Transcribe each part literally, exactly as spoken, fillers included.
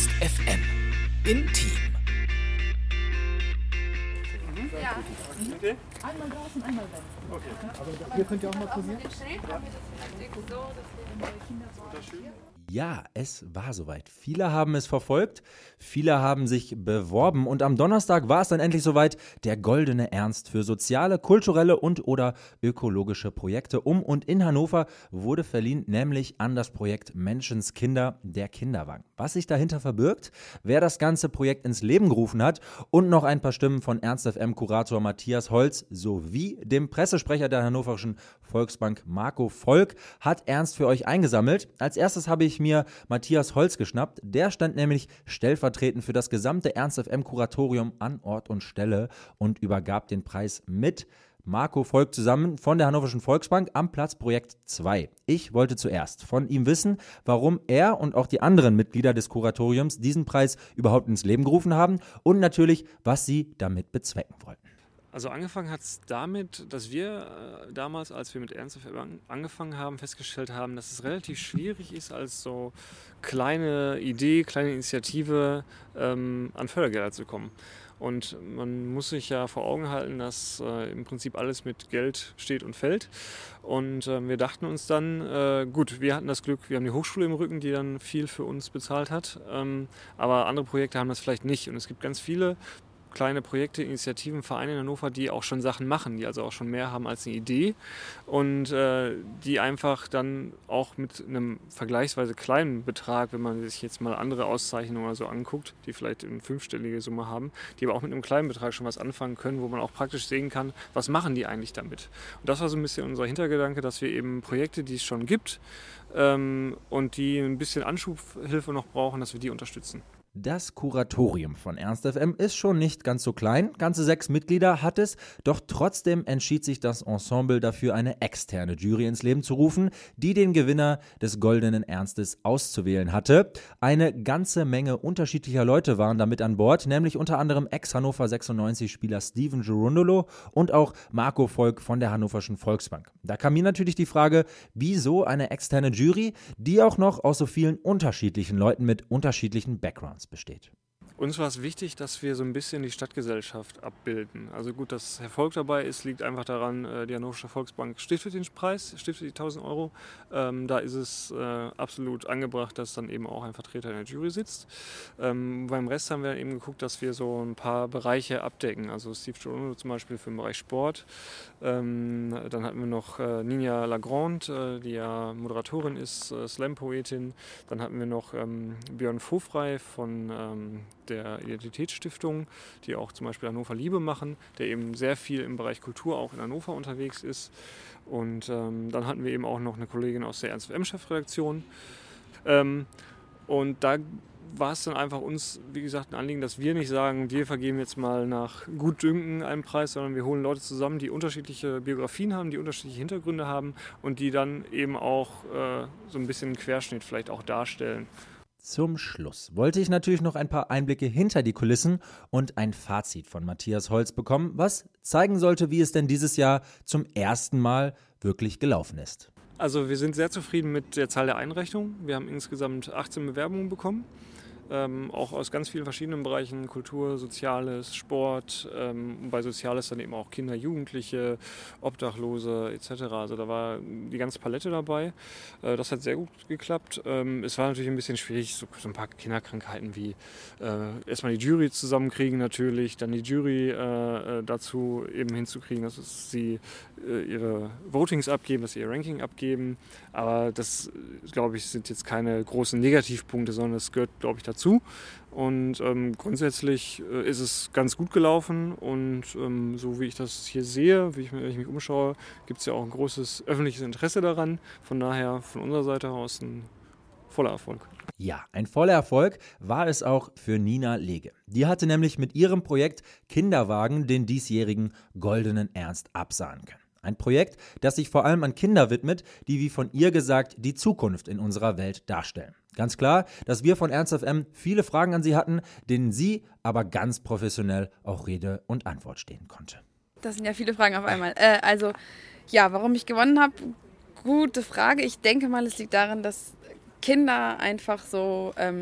Ernst F M. Intim. Ja. Okay. Einmal draußen, einmal drin. Okay. Also hier könnt ihr auch mal posieren. Mit dem Schild haben wir das so, dass wir die Kinder so Ja, es war soweit. Viele haben es verfolgt, viele haben sich beworben und am Donnerstag war es dann endlich soweit. Der Goldene Ernst für soziale, kulturelle und oder ökologische Projekte um und in Hannover wurde verliehen, nämlich an das Projekt Menschenskinder, der Kinderwagen. Was sich dahinter verbirgt, wer das ganze Projekt ins Leben gerufen hat und noch ein paar Stimmen von Ernst F M-Kurator Matthias Holz sowie dem Pressesprecher der Hannoverschen Volksbank Marco Volk hat Ernst für euch eingesammelt. Als erstes habe ich mir Matthias Holz geschnappt. Der stand nämlich stellvertretend für das gesamte Ernst F M-Kuratorium an Ort und Stelle und übergab den Preis mit Marco Volk zusammen von der Hannoverschen Volksbank am Platz Projekt zwei. Ich wollte zuerst von ihm wissen, warum er und auch die anderen Mitglieder des Kuratoriums diesen Preis überhaupt ins Leben gerufen haben und natürlich, was sie damit bezwecken wollten. Also angefangen hat es damit, dass wir äh, damals, als wir mit Ernst F M angefangen haben, festgestellt haben, dass es relativ schwierig ist, als so kleine Idee, kleine Initiative ähm, an Fördergelder zu kommen. Und man muss sich ja vor Augen halten, dass äh, im Prinzip alles mit Geld steht und fällt. Und äh, wir dachten uns dann, äh, gut, wir hatten das Glück, wir haben die Hochschule im Rücken, die dann viel für uns bezahlt hat. Ähm, aber andere Projekte haben das vielleicht nicht. Und es gibt ganz viele kleine Projekte, Initiativen, Vereine in Hannover, die auch schon Sachen machen, die also auch schon mehr haben als eine Idee und äh, die einfach dann auch mit einem vergleichsweise kleinen Betrag, wenn man sich jetzt mal andere Auszeichnungen oder so anguckt, die vielleicht eine fünfstellige Summe haben, die aber auch mit einem kleinen Betrag schon was anfangen können, wo man auch praktisch sehen kann, was machen die eigentlich damit. Und das war so ein bisschen unser Hintergedanke, dass wir eben Projekte, die es schon gibt ähm, und die ein bisschen Anschubhilfe noch brauchen, dass wir die unterstützen. Das Kuratorium von Ernst F M ist schon nicht ganz so klein, ganze sechs Mitglieder hat es, doch trotzdem entschied sich das Ensemble dafür, eine externe Jury ins Leben zu rufen, die den Gewinner des Goldenen Ernstes auszuwählen hatte. Eine ganze Menge unterschiedlicher Leute waren damit an Bord, nämlich unter anderem Ex-Hannover sechsundneunzig-Spieler Steven Gerundolo und auch Marco Volk von der Hannoverschen Volksbank. Da kam mir natürlich die Frage, wieso eine externe Jury, die auch noch aus so vielen unterschiedlichen Leuten mit unterschiedlichen Backgrounds besteht. Uns war es wichtig, dass wir so ein bisschen die Stadtgesellschaft abbilden. Also gut, dass Herr Volk dabei ist, liegt einfach daran, die Hannoversche Volksbank stiftet den Preis, stiftet die tausend Euro. Ähm, da ist es äh, absolut angebracht, dass dann eben auch ein Vertreter in der Jury sitzt. Ähm, beim Rest haben wir eben geguckt, dass wir so ein paar Bereiche abdecken. Also Steve Girono zum Beispiel für den Bereich Sport. Ähm, dann hatten wir noch äh, Nina Lagrande, äh, die ja Moderatorin ist, äh, Slam-Poetin. Dann hatten wir noch ähm, Björn Vofrey von ähm, der Identitätsstiftung, die auch zum Beispiel Hannover Liebe machen, der eben sehr viel im Bereich Kultur auch in Hannover unterwegs ist. Und ähm, dann hatten wir eben auch noch eine Kollegin aus der Ernst F M-Chefredaktion. Ähm, und da war es dann einfach uns, wie gesagt, ein Anliegen, dass wir nicht sagen, wir vergeben jetzt mal nach Gutdünken einen Preis, sondern wir holen Leute zusammen, die unterschiedliche Biografien haben, die unterschiedliche Hintergründe haben und die dann eben auch äh, so ein bisschen einen Querschnitt vielleicht auch darstellen. Zum Schluss wollte ich natürlich noch ein paar Einblicke hinter die Kulissen und ein Fazit von Matthias Holz bekommen, was zeigen sollte, wie es denn dieses Jahr zum ersten Mal wirklich gelaufen ist. Also wir sind sehr zufrieden mit der Zahl der Einreichungen. Wir haben insgesamt achtzehn Bewerbungen bekommen. Ähm, auch aus ganz vielen verschiedenen Bereichen, Kultur, Soziales, Sport, ähm, bei Soziales dann eben auch Kinder, Jugendliche, Obdachlose et cetera. Also da war die ganze Palette dabei. Äh, das hat sehr gut geklappt. Ähm, es war natürlich ein bisschen schwierig, so, so ein paar Kinderkrankheiten wie äh, erstmal die Jury zusammenkriegen natürlich, dann die Jury äh, dazu eben hinzukriegen, dass sie äh, ihre Votings abgeben, dass sie ihr Ranking abgeben. Aber das, glaube ich, sind jetzt keine großen Negativpunkte, sondern es gehört, glaube ich, dazu. Dazu. Und ähm, grundsätzlich äh, ist es ganz gut gelaufen und ähm, so wie ich das hier sehe, wie ich, wenn ich mich umschaue, gibt es ja auch ein großes öffentliches Interesse daran. Von daher von unserer Seite aus ein voller Erfolg. Ja, ein voller Erfolg war es auch für Nina Lege. Die hatte nämlich mit ihrem Projekt Kinderwagen den diesjährigen Goldenen Ernst absahnen können. Ein Projekt, das sich vor allem an Kinder widmet, die, wie von ihr gesagt, die Zukunft in unserer Welt darstellen. Ganz klar, dass wir von Ernst F M viele Fragen an sie hatten, denen sie aber ganz professionell auch Rede und Antwort stehen konnte. Das sind ja viele Fragen auf einmal. Äh, also, ja, warum ich gewonnen habe, gute Frage. Ich denke mal, es liegt daran, dass Kinder einfach so ähm,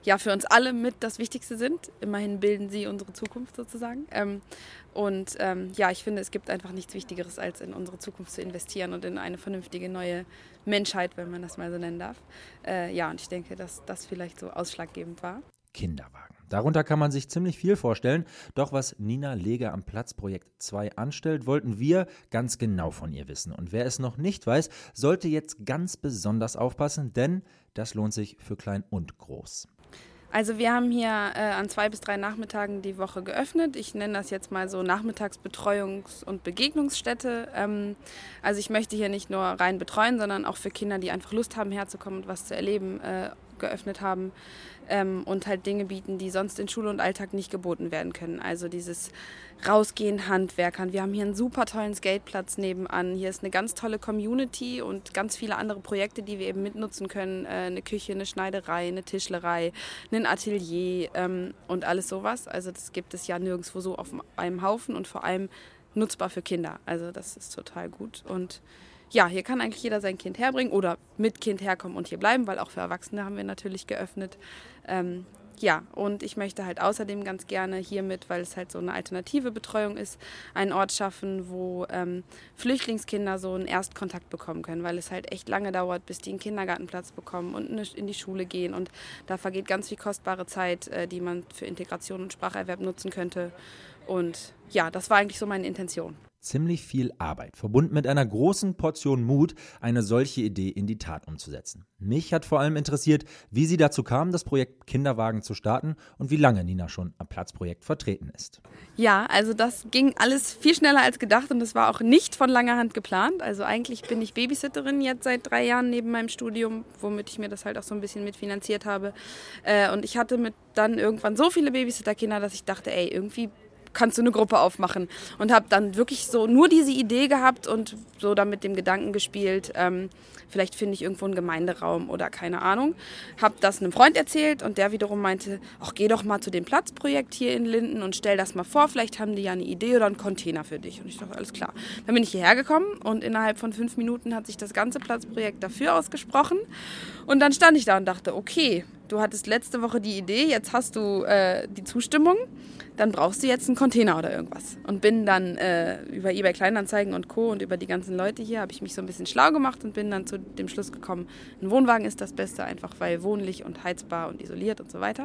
ja für uns alle mit das Wichtigste sind. Immerhin bilden sie unsere Zukunft sozusagen. Ähm, und ähm, ja, ich finde, es gibt einfach nichts Wichtigeres, als in unsere Zukunft zu investieren und in eine vernünftige neue Menschheit, wenn man das mal so nennen darf. Äh, ja, und ich denke, dass das vielleicht so ausschlaggebend war. Kinderwagen. Darunter kann man sich ziemlich viel vorstellen. Doch was Nina Leger am Platzprojekt zwei anstellt, wollten wir ganz genau von ihr wissen. Und wer es noch nicht weiß, sollte jetzt ganz besonders aufpassen, denn das lohnt sich für klein und groß. Also wir haben hier äh, an zwei bis drei Nachmittagen die Woche geöffnet. Ich nenne das jetzt mal so Nachmittagsbetreuungs- und Begegnungsstätte. Ähm, also ich möchte hier nicht nur rein betreuen, sondern auch für Kinder, die einfach Lust haben, herzukommen und was zu erleben, äh, geöffnet haben. Ähm, und halt Dinge bieten, die sonst in Schule und Alltag nicht geboten werden können. Also dieses Rausgehen, Handwerkern. Wir haben hier einen super tollen Skateplatz nebenan. Hier ist eine ganz tolle Community und ganz viele andere Projekte, die wir eben mitnutzen können. Äh, eine Küche, eine Schneiderei, eine Tischlerei, ein Atelier ähm, und alles sowas. Also das gibt es ja nirgendwo so auf einem Haufen und vor allem nutzbar für Kinder. Also das ist total gut. Und ja, hier kann eigentlich jeder sein Kind herbringen oder mit Kind herkommen und hier bleiben, weil auch für Erwachsene haben wir natürlich geöffnet. Ähm, ja, und ich möchte halt außerdem ganz gerne hiermit, weil es halt so eine alternative Betreuung ist, einen Ort schaffen, wo ähm, Flüchtlingskinder so einen Erstkontakt bekommen können, weil es halt echt lange dauert, bis die einen Kindergartenplatz bekommen und in die Schule gehen. Und da vergeht ganz viel kostbare Zeit, äh, die man für Integration und Spracherwerb nutzen könnte. Und ja, das war eigentlich so meine Intention. Ziemlich viel Arbeit, verbunden mit einer großen Portion Mut, eine solche Idee in die Tat umzusetzen. Mich hat vor allem interessiert, wie sie dazu kam, das Projekt Kinderwagen zu starten und wie lange Nina schon am Platzprojekt vertreten ist. Ja, also das ging alles viel schneller als gedacht und das war auch nicht von langer Hand geplant. Also eigentlich bin ich Babysitterin jetzt seit drei Jahren neben meinem Studium, womit ich mir das halt auch so ein bisschen mitfinanziert habe. Und ich hatte mit dann irgendwann so viele Babysitterkinder, dass ich dachte, ey, irgendwie kannst du eine Gruppe aufmachen. Und habe dann wirklich so nur diese Idee gehabt und so dann mit dem Gedanken gespielt, ähm, vielleicht finde ich irgendwo einen Gemeinderaum oder keine Ahnung. Habe das einem Freund erzählt und der wiederum meinte, ach, geh doch mal zu dem Platzprojekt hier in Linden und stell das mal vor, vielleicht haben die ja eine Idee oder einen Container für dich. Und ich dachte, alles klar. Dann bin ich hierher gekommen und innerhalb von fünf Minuten hat sich das ganze Platzprojekt dafür ausgesprochen. Und dann stand ich da und dachte, okay, du hattest letzte Woche die Idee, jetzt hast du äh, die Zustimmung, dann brauchst du jetzt einen Container oder irgendwas. Und bin dann äh, über eBay Kleinanzeigen und Co. und über die ganzen Leute hier, habe ich mich so ein bisschen schlau gemacht und bin dann zu dem Schluss gekommen, ein Wohnwagen ist das Beste, einfach weil wohnlich und heizbar und isoliert und so weiter.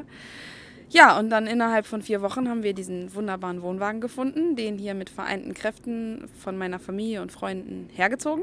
Ja, und dann innerhalb von vier Wochen haben wir diesen wunderbaren Wohnwagen gefunden, den hier mit vereinten Kräften von meiner Familie und Freunden hergezogen.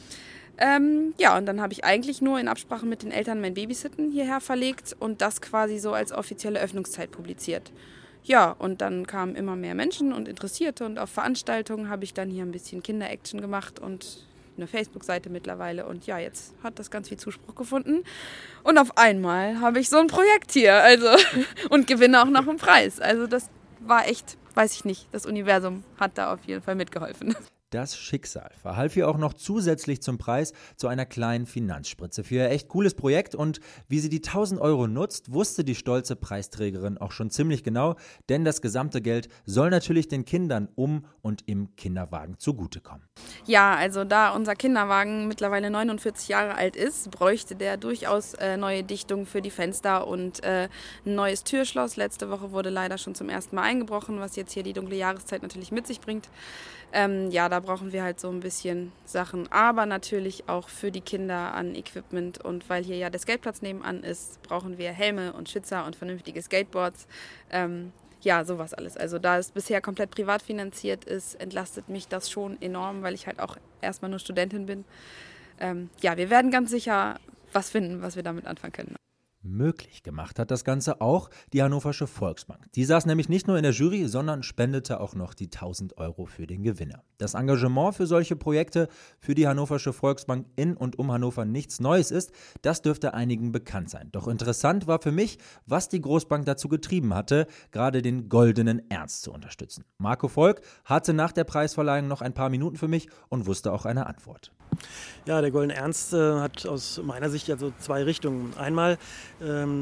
Ähm, ja, und dann habe ich eigentlich nur in Absprache mit den Eltern mein Babysitten hierher verlegt und das quasi so als offizielle Öffnungszeit publiziert. Ja, und dann kamen immer mehr Menschen und Interessierte und auf Veranstaltungen habe ich dann hier ein bisschen Kinder-Action gemacht und eine Facebook-Seite mittlerweile. Und ja, jetzt hat das ganz viel Zuspruch gefunden. Und auf einmal habe ich so ein Projekt hier, also und gewinne auch noch einen Preis. Also das war echt, weiß ich nicht, das Universum hat da auf jeden Fall mitgeholfen. Das Schicksal verhalf ihr auch noch zusätzlich zum Preis zu einer kleinen Finanzspritze für ihr echt cooles Projekt und wie sie die tausend Euro nutzt, wusste die stolze Preisträgerin auch schon ziemlich genau, denn das gesamte Geld soll natürlich den Kindern um und im Kinderwagen zugutekommen. Ja, also da unser Kinderwagen mittlerweile neunundvierzig Jahre alt ist, bräuchte der durchaus äh, neue Dichtungen für die Fenster und äh, ein neues Türschloss. Letzte Woche wurde leider schon zum ersten Mal eingebrochen, was jetzt hier die dunkle Jahreszeit natürlich mit sich bringt. Ähm, ja, da brauchen wir halt so ein bisschen Sachen, aber natürlich auch für die Kinder an Equipment und weil hier ja der Skateplatz nebenan ist, brauchen wir Helme und Schützer und vernünftige Skateboards. Ähm, ja, sowas alles. Also da es bisher komplett privat finanziert ist, entlastet mich das schon enorm, weil ich halt auch erstmal nur Studentin bin. Ähm, ja, wir werden ganz sicher was finden, was wir damit anfangen können. Möglich gemacht hat das Ganze auch die Hannoversche Volksbank. Die saß nämlich nicht nur in der Jury, sondern spendete auch noch die tausend Euro für den Gewinner. Das Engagement für solche Projekte für die Hannoversche Volksbank in und um Hannover nichts Neues ist, das dürfte einigen bekannt sein. Doch interessant war für mich, was die Großbank dazu getrieben hatte, gerade den goldenen Ernst zu unterstützen. Marco Volk hatte nach der Preisverleihung noch ein paar Minuten für mich und wusste auch eine Antwort. Ja, der Goldene Ernst äh, hat aus meiner Sicht ja so zwei Richtungen. Einmal ähm,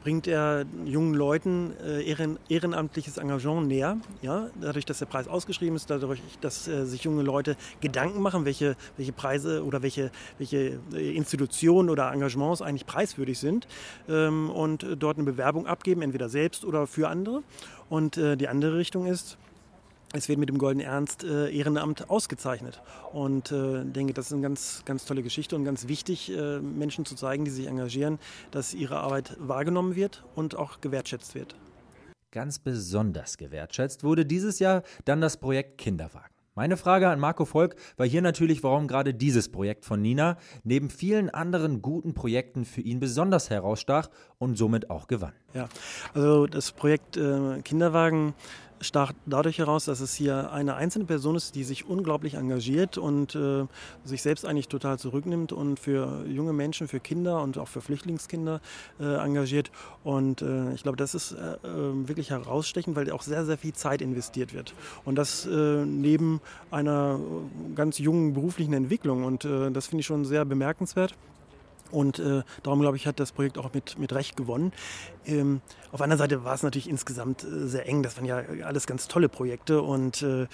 bringt er jungen Leuten äh, ehren, ehrenamtliches Engagement näher. Ja? Dadurch, dass der Preis ausgeschrieben ist, dadurch, dass äh, sich junge Leute Gedanken machen, welche, welche Preise oder welche, welche Institutionen oder Engagements eigentlich preiswürdig sind ähm, und dort eine Bewerbung abgeben, entweder selbst oder für andere. Und äh, die andere Richtung ist, es wird mit dem Goldenen Ernst äh, Ehrenamt ausgezeichnet. Und ich äh, denke, das ist eine ganz, ganz tolle Geschichte und ganz wichtig, äh, Menschen zu zeigen, die sich engagieren, dass ihre Arbeit wahrgenommen wird und auch gewertschätzt wird. Ganz besonders gewertschätzt wurde dieses Jahr dann das Projekt Kinderwagen. Meine Frage an Marco Volk war hier natürlich, warum gerade dieses Projekt von Nina neben vielen anderen guten Projekten für ihn besonders herausstach und somit auch gewann. Ja, also das Projekt äh, Kinderwagen stach dadurch heraus, dass es hier eine einzelne Person ist, die sich unglaublich engagiert und äh, sich selbst eigentlich total zurücknimmt und für junge Menschen, für Kinder und auch für Flüchtlingskinder äh, engagiert. Und äh, ich glaube, das ist äh, wirklich herausstechend, weil auch sehr, sehr viel Zeit investiert wird. Und das äh, neben einer ganz jungen beruflichen Entwicklung. Und äh, das finde ich schon sehr bemerkenswert. Und äh, darum, glaube ich, hat das Projekt auch mit, mit Recht gewonnen. Ähm, auf einer Seite war es natürlich insgesamt äh, sehr eng. Das waren ja alles ganz tolle Projekte. Und äh,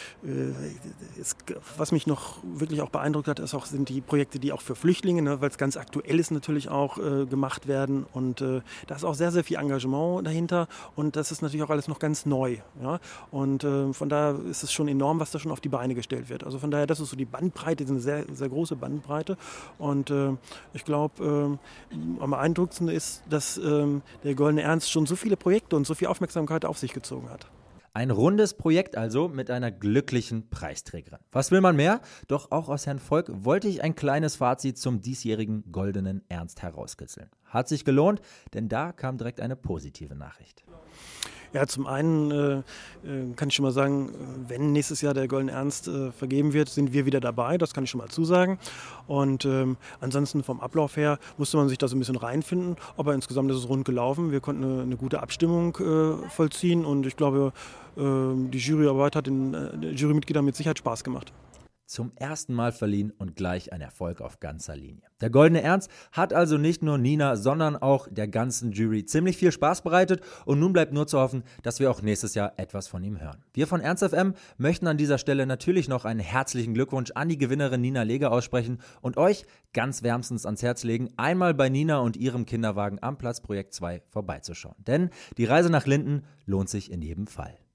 es, was mich noch wirklich auch beeindruckt hat, ist auch, sind die Projekte, die auch für Flüchtlinge, ne, weil es ganz aktuell ist, natürlich auch äh, gemacht werden. Und äh, da ist auch sehr, sehr viel Engagement dahinter. Und das ist natürlich auch alles noch ganz neu. Ja? Und äh, von daher ist es schon enorm, was da schon auf die Beine gestellt wird. Also von daher, das ist so die Bandbreite, eine sehr, sehr große Bandbreite. Und äh, ich glaube, Ich glaube, ähm, am beeindruckendsten ist, dass ähm, der Goldene Ernst schon so viele Projekte und so viel Aufmerksamkeit auf sich gezogen hat. Ein rundes Projekt also mit einer glücklichen Preisträgerin. Was will man mehr? Doch auch aus Herrn Volk wollte ich ein kleines Fazit zum diesjährigen Goldenen Ernst herauskitzeln. Hat sich gelohnt, denn da kam direkt eine positive Nachricht. Ja, zum einen äh, kann ich schon mal sagen, wenn nächstes Jahr der Goldene Ernst äh, vergeben wird, sind wir wieder dabei, das kann ich schon mal zusagen. Und ähm, ansonsten vom Ablauf her musste man sich da so ein bisschen reinfinden, aber insgesamt ist es rund gelaufen. Wir konnten eine, eine gute Abstimmung äh, vollziehen und ich glaube, äh, die Juryarbeit hat den äh, Jurymitgliedern mit Sicherheit Spaß gemacht. Zum ersten Mal verliehen und gleich ein Erfolg auf ganzer Linie. Der Goldene Ernst hat also nicht nur Nina, sondern auch der ganzen Jury ziemlich viel Spaß bereitet und nun bleibt nur zu hoffen, dass wir auch nächstes Jahr etwas von ihm hören. Wir von Ernst F M möchten an dieser Stelle natürlich noch einen herzlichen Glückwunsch an die Gewinnerin Nina Leger aussprechen und euch ganz wärmstens ans Herz legen, einmal bei Nina und ihrem Kinderwagen am Platz Projekt zwei vorbeizuschauen. Denn die Reise nach Linden lohnt sich in jedem Fall.